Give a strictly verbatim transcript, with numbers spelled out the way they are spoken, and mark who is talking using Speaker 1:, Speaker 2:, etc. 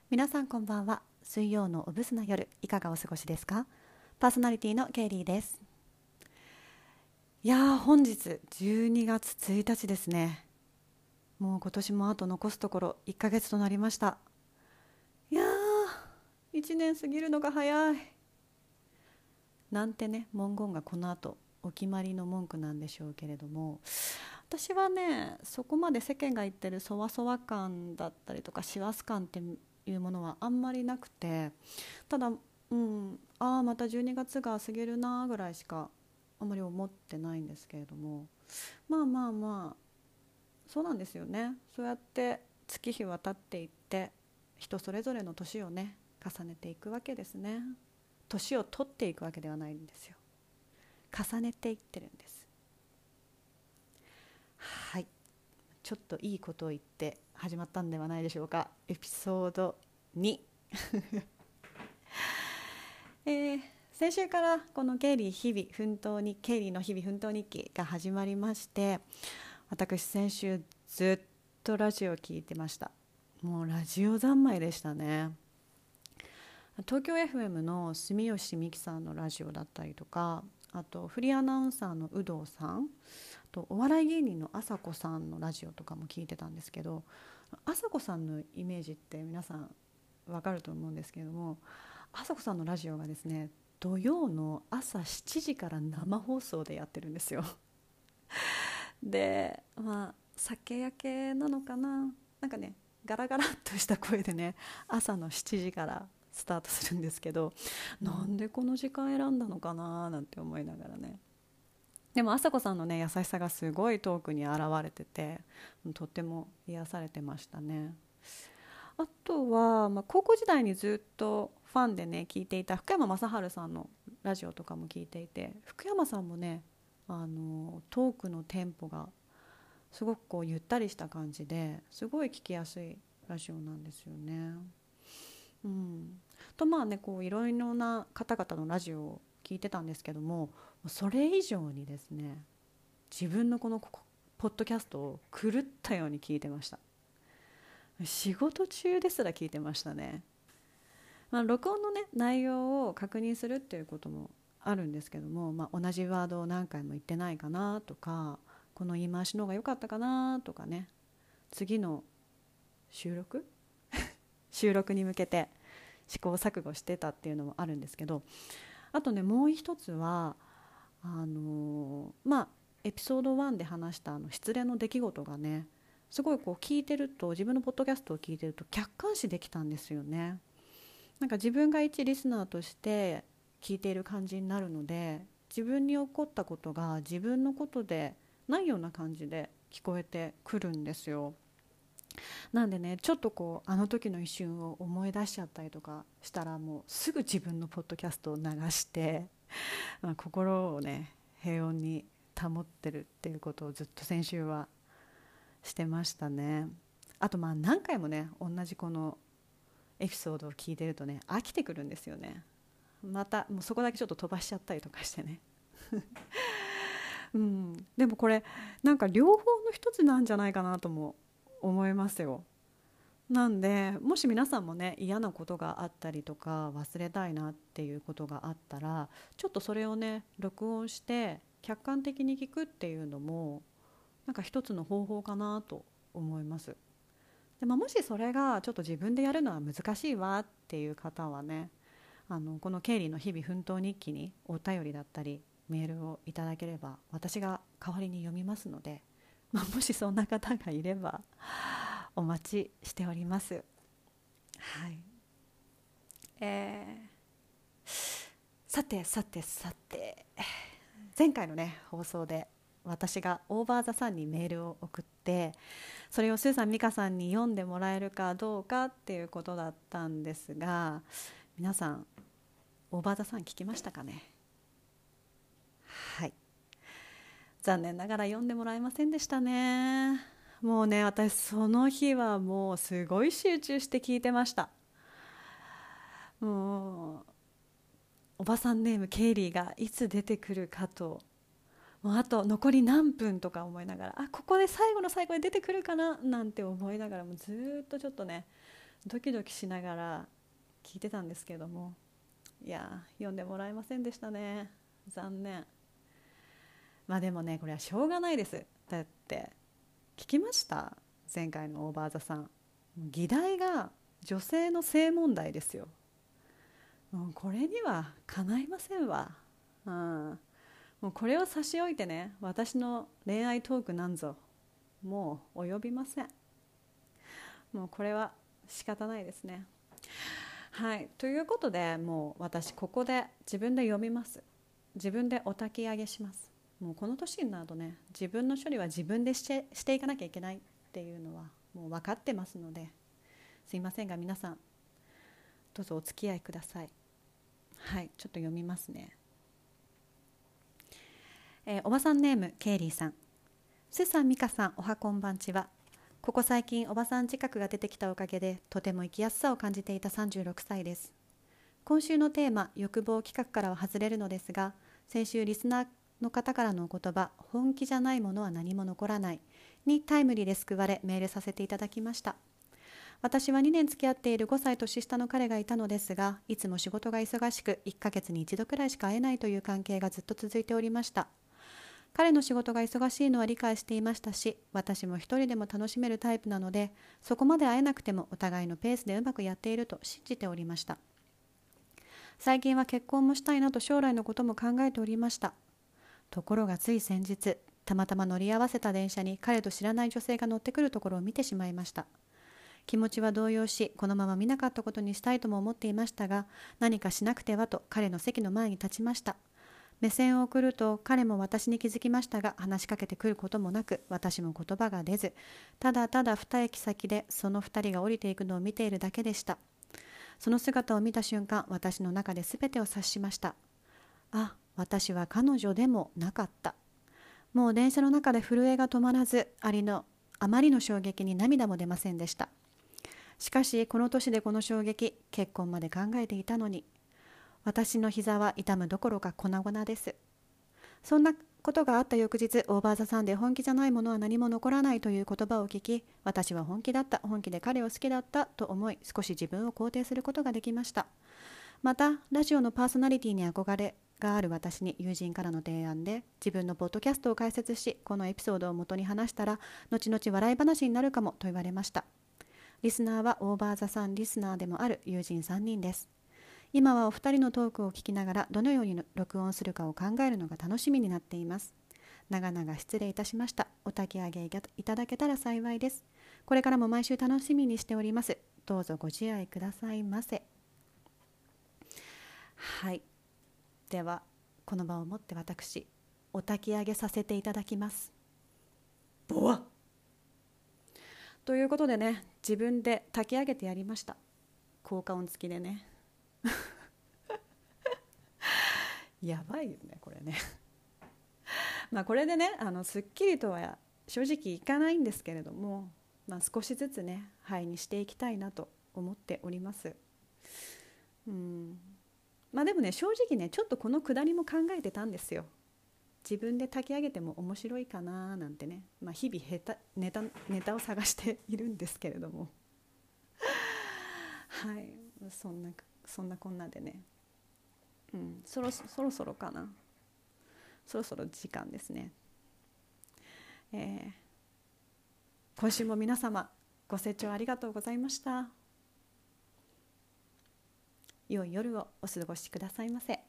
Speaker 1: 皆さんこんばんは。水曜のおぶすな夜、いかがお過ごしですか？パーソナリティのケイリーです。いやー、本日じゅうにがつついたちですね。もう今年もあと残すところいっかげつとなりました。いやー、いちねん過ぎるのが早いなんてね、文言がこの後お決まりの文句なんでしょうけれども、私はね、そこまで世間が言ってるそわそわ感だったりとか師走感っていうものはあんまりなくて、ただ、うん、ああまたじゅうにがつが過ぎるなぐらいしかあんまり思ってないんですけれども、まあまあまあ、そうなんですよね。そうやって月日は経っていって、人それぞれの年をね重ねていくわけですね。年を取っていくわけではないんですよ。重ねていってるんです。はい、ちょっといいことを言って始まったんではないでしょうか。エピソードに、えー先週からこのケイリー日々奮闘にケイリーの日々奮闘日記が始まりまして、私先週ずっとラジオを聞いてました。もうラジオ三昧でしたね。東京 エフエム の住吉美希さんのラジオだったりとか、あとフリーアナウンサーの有働さん、あとお笑い芸人のあさこさんのラジオとかも聞いてたんですけど、あさこさんのイメージって皆さんわかると思うんですけれども、あさこさんのラジオがですね、土曜の朝しちじから生放送でやってるんですよ。で、まあ酒焼けなのかな、なんかね、ガラガラっとした声でね、朝のしちじからスタートするんですけど、なんでこの時間選んだのかななんて思いながらね。でも朝子さんのね優しさがすごいトークに現れてて、とっても癒されてましたね。あとは、まあ、高校時代にずっとファンでね聞いていた福山雅治さんのラジオとかも聞いていて、福山さんもね、あのトークのテンポがすごくこうゆったりした感じですごい聞きやすいラジオなんですよね。うん、とまあね、こういろいろな方々のラジオを聞いてたんですけども、それ以上にですね、自分のこのポッドキャストを狂ったように聞いてました。仕事中ですら聞いてましたね。まあ、録音のね内容を確認するっていうこともあるんですけども、まあ、同じワードを何回も言ってないかなとか、この言い回しの方が良かったかなとかね、次の収録収録に向けて試行錯誤してたっていうのもあるんですけど、あとねもう一つはあのーまあエピソードワンで話したあの失恋の出来事がね、すごいこう聞いてると、自分のポッドキャストを聞いてると客観視できたんですよね。なんか自分が一リスナーとして聞いている感じになるので、自分に起こったことが自分のことでないような感じで聞こえてくるんですよ。なんでね、ちょっとこうあの時の一瞬を思い出しちゃったりとかしたら、もうすぐ自分のポッドキャストを流して、まあ、心をね平穏に保ってるっていうことをずっと先週はしてましたね。あとまあ何回もね同じこのエピソードを聞いてるとね飽きてくるんですよね。またもうそこだけちょっと飛ばしちゃったりとかしてねうん、でもこれなんか両方の一つなんじゃないかなとも思いますよ。なんでもし皆さんもね嫌なことがあったりとか忘れたいなっていうことがあったら、ちょっとそれをね録音して客観的に聞くっていうのもなんか一つの方法かなと思います。で、まあ、もしそれがちょっと自分でやるのは難しいわっていう方はね、あのこの経理の日々奮闘日記にお便りだったりメールをいただければ私が代わりに読みますので、まあ、もしそんな方がいればお待ちしております。はい、えー、さてさてさて、前回のね放送で私がオーバーザさんにメールを送って、それをスーさん美香さんに読んでもらえるかどうかっていうことだったんですが、皆さんオーバーザさん聞きましたかね？はい、残念ながら読んでもらえませんでしたね。もうね、私その日はもうすごい集中して聞いてました。もうおばさんネームケイリーがいつ出てくるかと、もうあと残り何分とか思いながら、あここで最後の最後で出てくるかななんて思いながら、もうずっとちょっとねドキドキしながら聞いてたんですけども、いや読んでもらえませんでしたね。残念。まあでもね、これはしょうがないです。だって聞きました、前回のオーバーザさん。議題が女性の性問題ですよ。もうこれにはかないませんわ、うん、もうこれを差し置いてね、私の恋愛トークなんぞもう及びません。もうこれは仕方ないですね。はい、ということで、もう私ここで自分で読みます。自分でお焚き上げします。もうこの年になるとね、自分の処理は自分でして、していかなきゃいけないっていうのはもう分かってますので、すいませんが皆さんどうぞお付き合いください。はい、ちょっと読みますね。えー、おばさんネームケイリーさん。スーさん、ミカさん、おはこんばんちは。ここ最近おばさん自覚が出てきたおかげで、とても生きやすさを感じていたさんじゅうろくさいです。今週のテーマ、欲望企画からは外れるのですが、先週リスナーの方からのお言葉、本気じゃないものは何も残らないにタイムリーで救われ、メールさせていただきました。私はにねん付き合っているごさい年下の彼がいたのですが、いつも仕事が忙しくいっかげつにいちどくらいしか会えないという関係がずっと続いておりました。彼の仕事が忙しいのは理解していましたし、私も一人でも楽しめるタイプなので、そこまで会えなくてもお互いのペースでうまくやっていると信じておりました。最近は結婚もしたいなと将来のことも考えておりました。ところがつい先日、たまたま乗り合わせた電車に彼と知らない女性が乗ってくるところを見てしまいました。気持ちは動揺し、このまま見なかったことにしたいとも思っていましたが、何かしなくてはと彼の席の前に立ちました。目線を送ると彼も私に気づきましたが、話しかけてくることもなく、私も言葉が出ず、ただただ二駅先でその二人が降りていくのを見ているだけでした。その姿を見た瞬間、私の中で全てを察しました。あ、私は彼女でもなかった。もう電車の中で震えが止まらず、ありのあまりの衝撃に涙も出ませんでした。しかしこの年でこの衝撃、結婚まで考えていたのに。私の膝は痛むどころか粉々です。そんなことがあった翌日、オーバーザさんで本気じゃないものは何も残らないという言葉を聞き、私は本気だった、本気で彼を好きだったと思い、少し自分を肯定することができました。また、ラジオのパーソナリティに憧れがある私に友人からの提案で、自分のポッドキャストを開設し、このエピソードを元に話したら、後々笑い話になるかもと言われました。リスナーはオーバーザさんリスナーでもある友人さんにんです。今はお二人のトークを聞きながらどのように録音するかを考えるのが楽しみになっています。長々失礼いたしました。お焚き上げいただけたら幸いです。これからも毎週楽しみにしております。どうぞご自愛くださいませ。はい。ではこの場をもって私、お焚き上げさせていただきます。ボワッということでね、自分で焚き上げてやりました。効果音付きでね。やばいよねこれね。まあこれでね、あのすっきりとは正直いかないんですけれども、まあ、少しずつね灰にしていきたいなと思っております。うんまあでもね、正直ねちょっとこのくだりも考えてたんですよ。自分で炊き上げても面白いかななんてね、まあ、日々ヘタネタ、ネタを探しているんですけれどもはいそんなそんなこんなでね、うん、そろそろそろかなそろそろ時間ですね。えー、今週も皆様ご清聴ありがとうございました。良い夜をお過ごしくださいませ。